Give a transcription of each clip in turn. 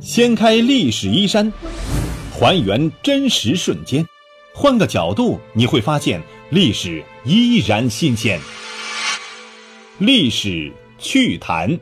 掀开历史衣衫，还原真实瞬间，换个角度你会发现历史依然新鲜。历史趣谈。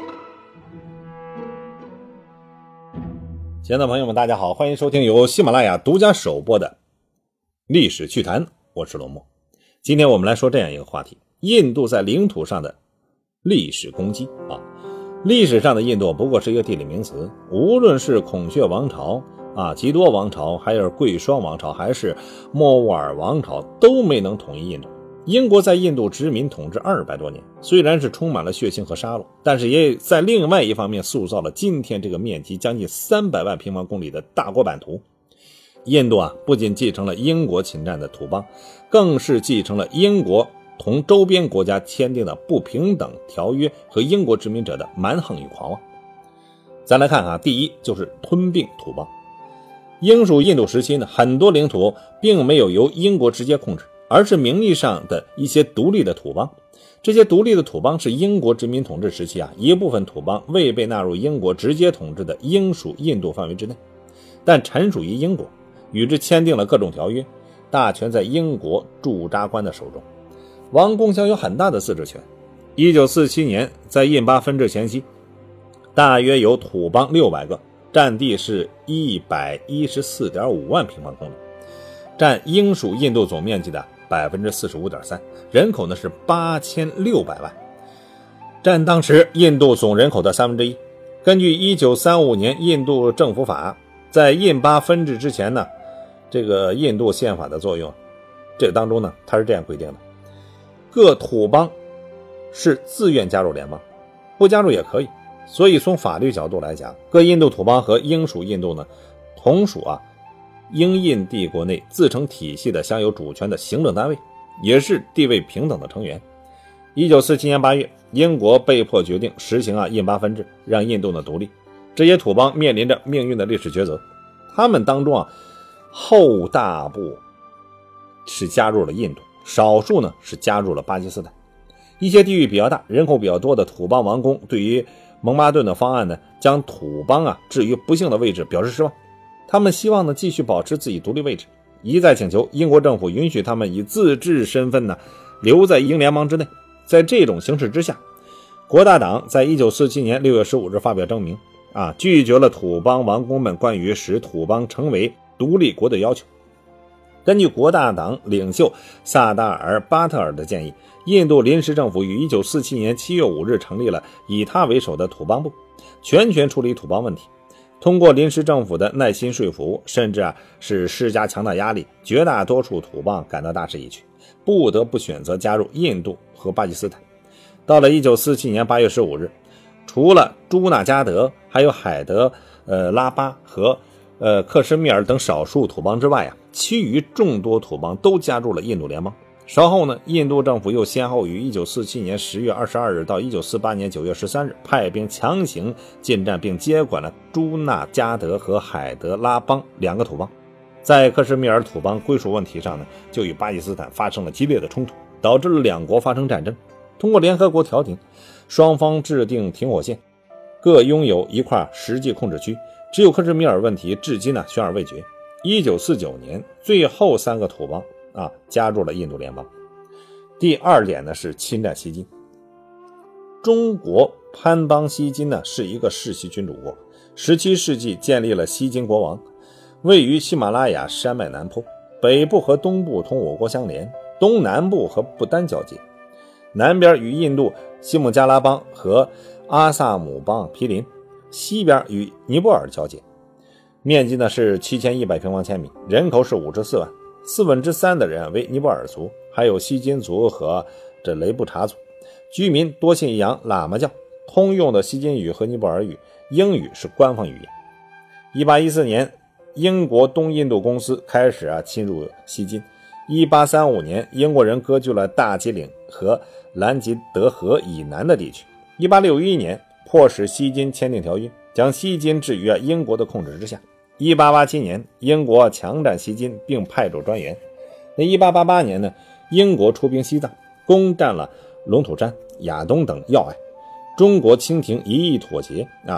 亲爱的朋友们，大家好，欢迎收听由喜马拉雅独家首播的历史趣谈，我是罗默。今天我们来说这样一个话题：印度在领土上的历史攻击啊。历史上的印度不过是一个地理名词，无论是孔雀王朝吉多王朝，还是贵霜王朝，还是莫卧儿王朝，都没能统一印度。英国在印度殖民统治200多年，虽然是充满了血腥和杀戮，但是也在另外一方面塑造了今天这个面积将近300万平方公里的大国版图。印度不仅继承了英国侵占的土邦，更是继承了英国同周边国家签订的不平等条约和英国殖民者的蛮横与狂妄。咱来看第一就是吞并土邦。英属印度时期呢，很多领土并没有由英国直接控制，而是名义上的一些独立的土邦。这些独立的土邦是英国殖民统治时期一部分土邦未被纳入英国直接统治的英属印度范围之内，但臣属于英国，与之签订了各种条约，大权在英国驻扎官的手中。王公享有很大的自治权。1947年在印巴分治前夕，大约有土邦600个，占地是 114.5 万平方公里，占英属印度总面积的 45.3%， 人口呢是8600万，占当时印度总人口的1/3。根据1935年印度政府法，在印巴分治之前呢，这个印度宪法的作用，这个当中呢，它是这样规定的：各土邦是自愿加入联邦，不加入也可以。所以从法律角度来讲，各印度土邦和英属印度呢，同属英印帝国内自成体系的享有主权的行政单位，也是地位平等的成员。1947年8月，英国被迫决定实行印巴分治，让印度呢独立。这些土邦面临着命运的历史抉择，他们当中后大部是加入了印度，少数呢是加入了巴基斯坦。一些地域比较大、人口比较多的土邦王公对于蒙巴顿的方案呢，将土邦置于不幸的位置表示失望。他们希望呢继续保持自己独立位置，一再请求英国政府允许他们以自治身份呢留在英联邦之内。在这种形势之下，国大党在1947年6月15日发表声明拒绝了土邦王公们关于使土邦成为独立国的要求。根据国大党领袖萨达尔巴特尔的建议，印度临时政府于1947年7月5日成立了以他为首的土邦部，全权处理土邦问题。通过临时政府的耐心说服，甚至是施加强大压力，绝大多数土邦感到大势已去，不得不选择加入印度和巴基斯坦。到了1947年8月15日，除了朱纳加德、还有海德拉巴和克什米尔等少数土邦之外其余众多土邦都加入了印度联邦。稍后呢，印度政府又先后于1947年10月22日到1948年9月13日派兵强行进占并接管了朱纳加德和海德拉邦2个土邦。在克什米尔土邦归属问题上呢，就与巴基斯坦发生了激烈的冲突，导致了两国发生战争。通过联合国调停，双方制定停火线，各拥有一块实际控制区，只有克什米尔问题至今悬而未决。1949年，最后3个土邦加入了印度联邦。第二点呢是侵占锡金。中国潘邦锡金呢是一个世袭君主国，17世纪建立了锡金国王，位于喜马拉雅山脉南坡，北部和东部同我国相连，东南部和不丹交界，南边与印度西孟加拉邦和阿萨姆邦毗邻，西边与尼泊尔交界。面积呢是7100平方千米，人口是54万，3/4的人为尼泊尔族，还有锡金族和雷布查族。居民多信仰喇嘛教，通用的锡金语和尼泊尔语，英语是官方语言。1814年，英国东印度公司开始侵入锡金。1835年，英国人割据了大吉岭和兰吉德河以南的地区。1861年，迫使锡金签订条约，将锡金置于英国的控制之下。1887年，英国强占锡金并派驻专员。1888年呢，英国出兵西藏，攻占了龙土山、亚东等要隘。中国清廷一意妥协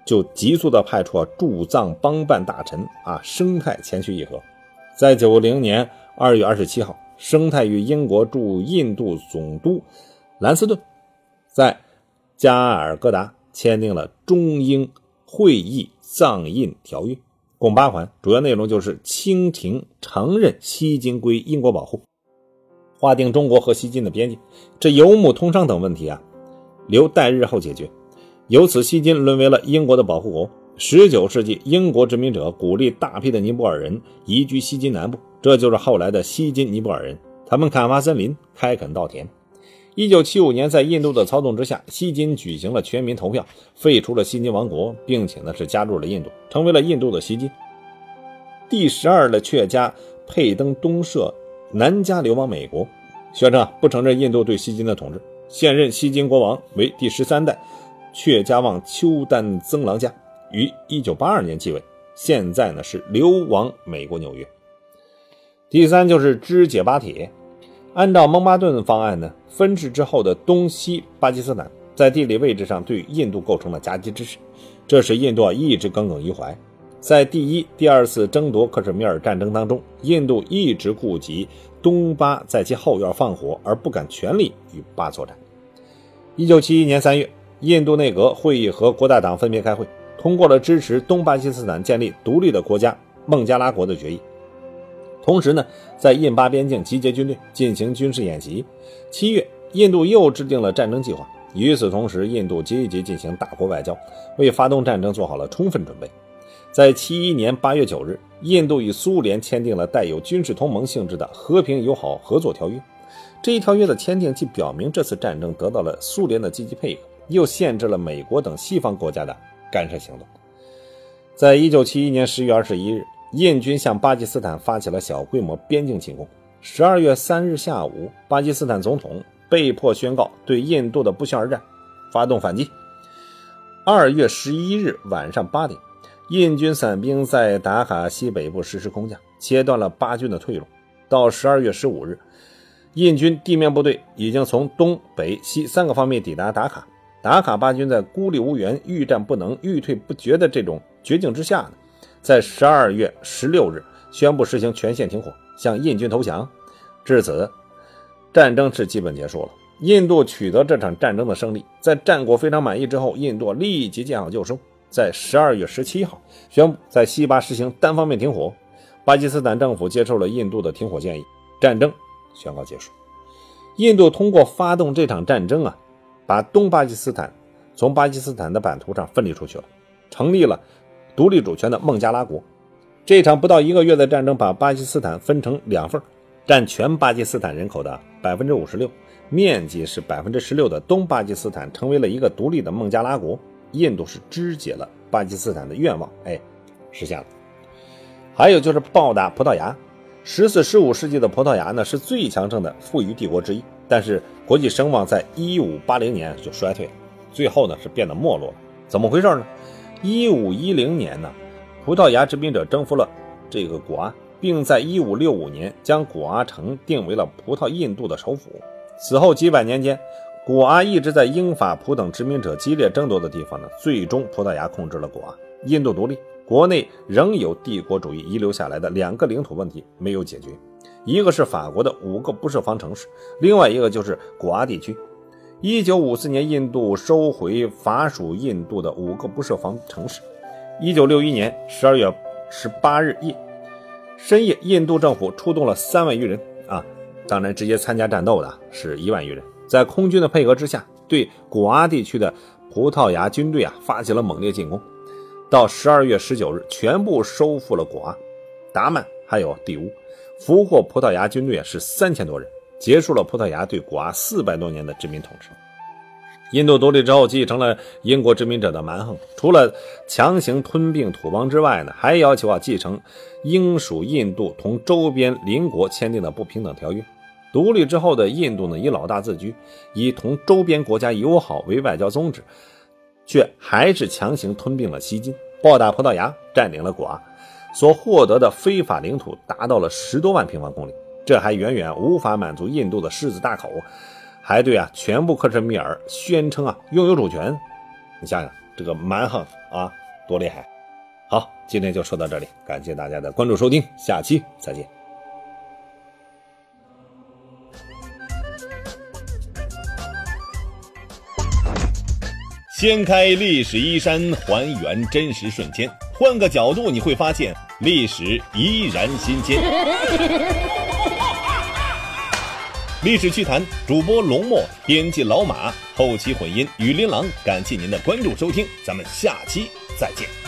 就急速地派出驻藏邦办大臣生泰前去议和。在90年2月27号，生泰与英国驻印度总督兰斯顿在加尔各答签订了中英会议藏印条约，共8环，主要内容就是清廷承认西金归英国保护，划定中国和西金的边界，这游牧通商等问题留待日后解决。由此西金沦为了英国的保护国。19世纪英国殖民者鼓励大批的尼泊尔人移居西金南部，这就是后来的西金尼泊尔人，他们砍伐森林，开垦稻田。1975年在印度的操纵之下，西金举行了全民投票，废除了西金王国，并且是加入了印度，成为了印度的西金。第12的阙家佩登东涉南加流亡美国，宣称不承认印度对西金的统治。现任西金国王为第13代阙家旺丘丹增郎家，于1982年继位，现在是流亡美国纽约。第3就是支解巴铁。按照蒙巴顿方案分治之后的东西巴基斯坦在地理位置上对印度构成了夹击之势，这使印度一直耿耿于怀。在第1、第2次争夺克什米尔战争当中，印度一直顾及东巴在其后院放火，而不敢全力与巴作战。1971年3月，印度内阁会议和国大党分别开会，通过了支持东巴基斯坦建立独立的国家孟加拉国的决议。同时在印巴边境集结军队，进行军事演习。7月，印度又制定了战争计划。与此同时，印度积极进行大国外交，为发动战争做好了充分准备。在71年8月9日，印度与苏联签订了带有军事同盟性质的和平友好合作条约。这一条约的签订既表明这次战争得到了苏联的积极配合，又限制了美国等西方国家的干涉行动。在1971年10月21日，印军向巴基斯坦发起了小规模边境进攻。12月3日下午，巴基斯坦总统被迫宣告对印度的不宣而战，发动反击。2月11日晚上8点，印军伞兵在达卡西北部实施空降，切断了巴军的退路。到12月15日，印军地面部队已经从东北西3个方面抵达达卡。达卡巴军在孤立无援、欲战不能、欲退不决的这种绝境之下在12月16日宣布实行全线停火，向印军投降。至此，战争是基本结束了。印度取得这场战争的胜利，在战果非常满意之后，印度立即见好就收，在12月17号宣布在西巴实行单方面停火。巴基斯坦政府接受了印度的停火建议，战争宣告结束。印度通过发动这场战争把东巴基斯坦从巴基斯坦的版图上分离出去了，成立了独立主权的孟加拉国。这场不到1个月的战争把巴基斯坦分成2份，占全巴基斯坦人口的 56%， 面积是 16% 的东巴基斯坦成为了一个独立的孟加拉国。印度是肢解了巴基斯坦的愿望，实现了。还有就是报答葡萄牙。14、15世纪的葡萄牙是最强盛的富裕帝国之一，但是国际声望在1580年就衰退了，最后是变得没落了。怎么回事呢？1510年葡萄牙殖民者征服了这个果阿，并在1565年将果阿城定为了葡萄印度的首府。此后几百年间，果阿一直在英法葡等殖民者激烈争夺的地方最终葡萄牙控制了果阿。印度独立，国内仍有帝国主义遗留下来的2个领土问题没有解决，一个是法国的5个不设防城市，另外一个就是果阿地区。1954年，印度收回法属印度的5个不设防城市。1961年12月18日深夜，印度政府出动了3万余人当然直接参加战斗的是1万余人，在空军的配合之下，对果阿地区的葡萄牙军队发起了猛烈进攻。到12月19日，全部收复了果阿、达曼还有第乌，俘获葡萄牙军队是3000多人，结束了葡萄牙对果阿400多年的殖民统治。印度独立之后继承了英国殖民者的蛮横，除了强行吞并土邦之外还要求继承英属印度同周边邻国签订的不平等条约。独立之后的印度以老大自居，以同周边国家友好为外交宗旨，却还是强行吞并了西金，暴打葡萄牙，占领了果阿，所获得的非法领土达到了10多万平方公里，这还远远无法满足印度的狮子大口，还对全部克什米尔宣称拥有主权。你想想这个蛮横啊，多厉害。好，今天就说到这里，感谢大家的关注收听，下期再见。掀开历史衣衫，还原真实瞬间，换个角度你会发现历史依然新鲜。历史趣谈，主播龙墨，编辑老马，后期混音雨林郎，感谢您的关注收听，咱们下期再见。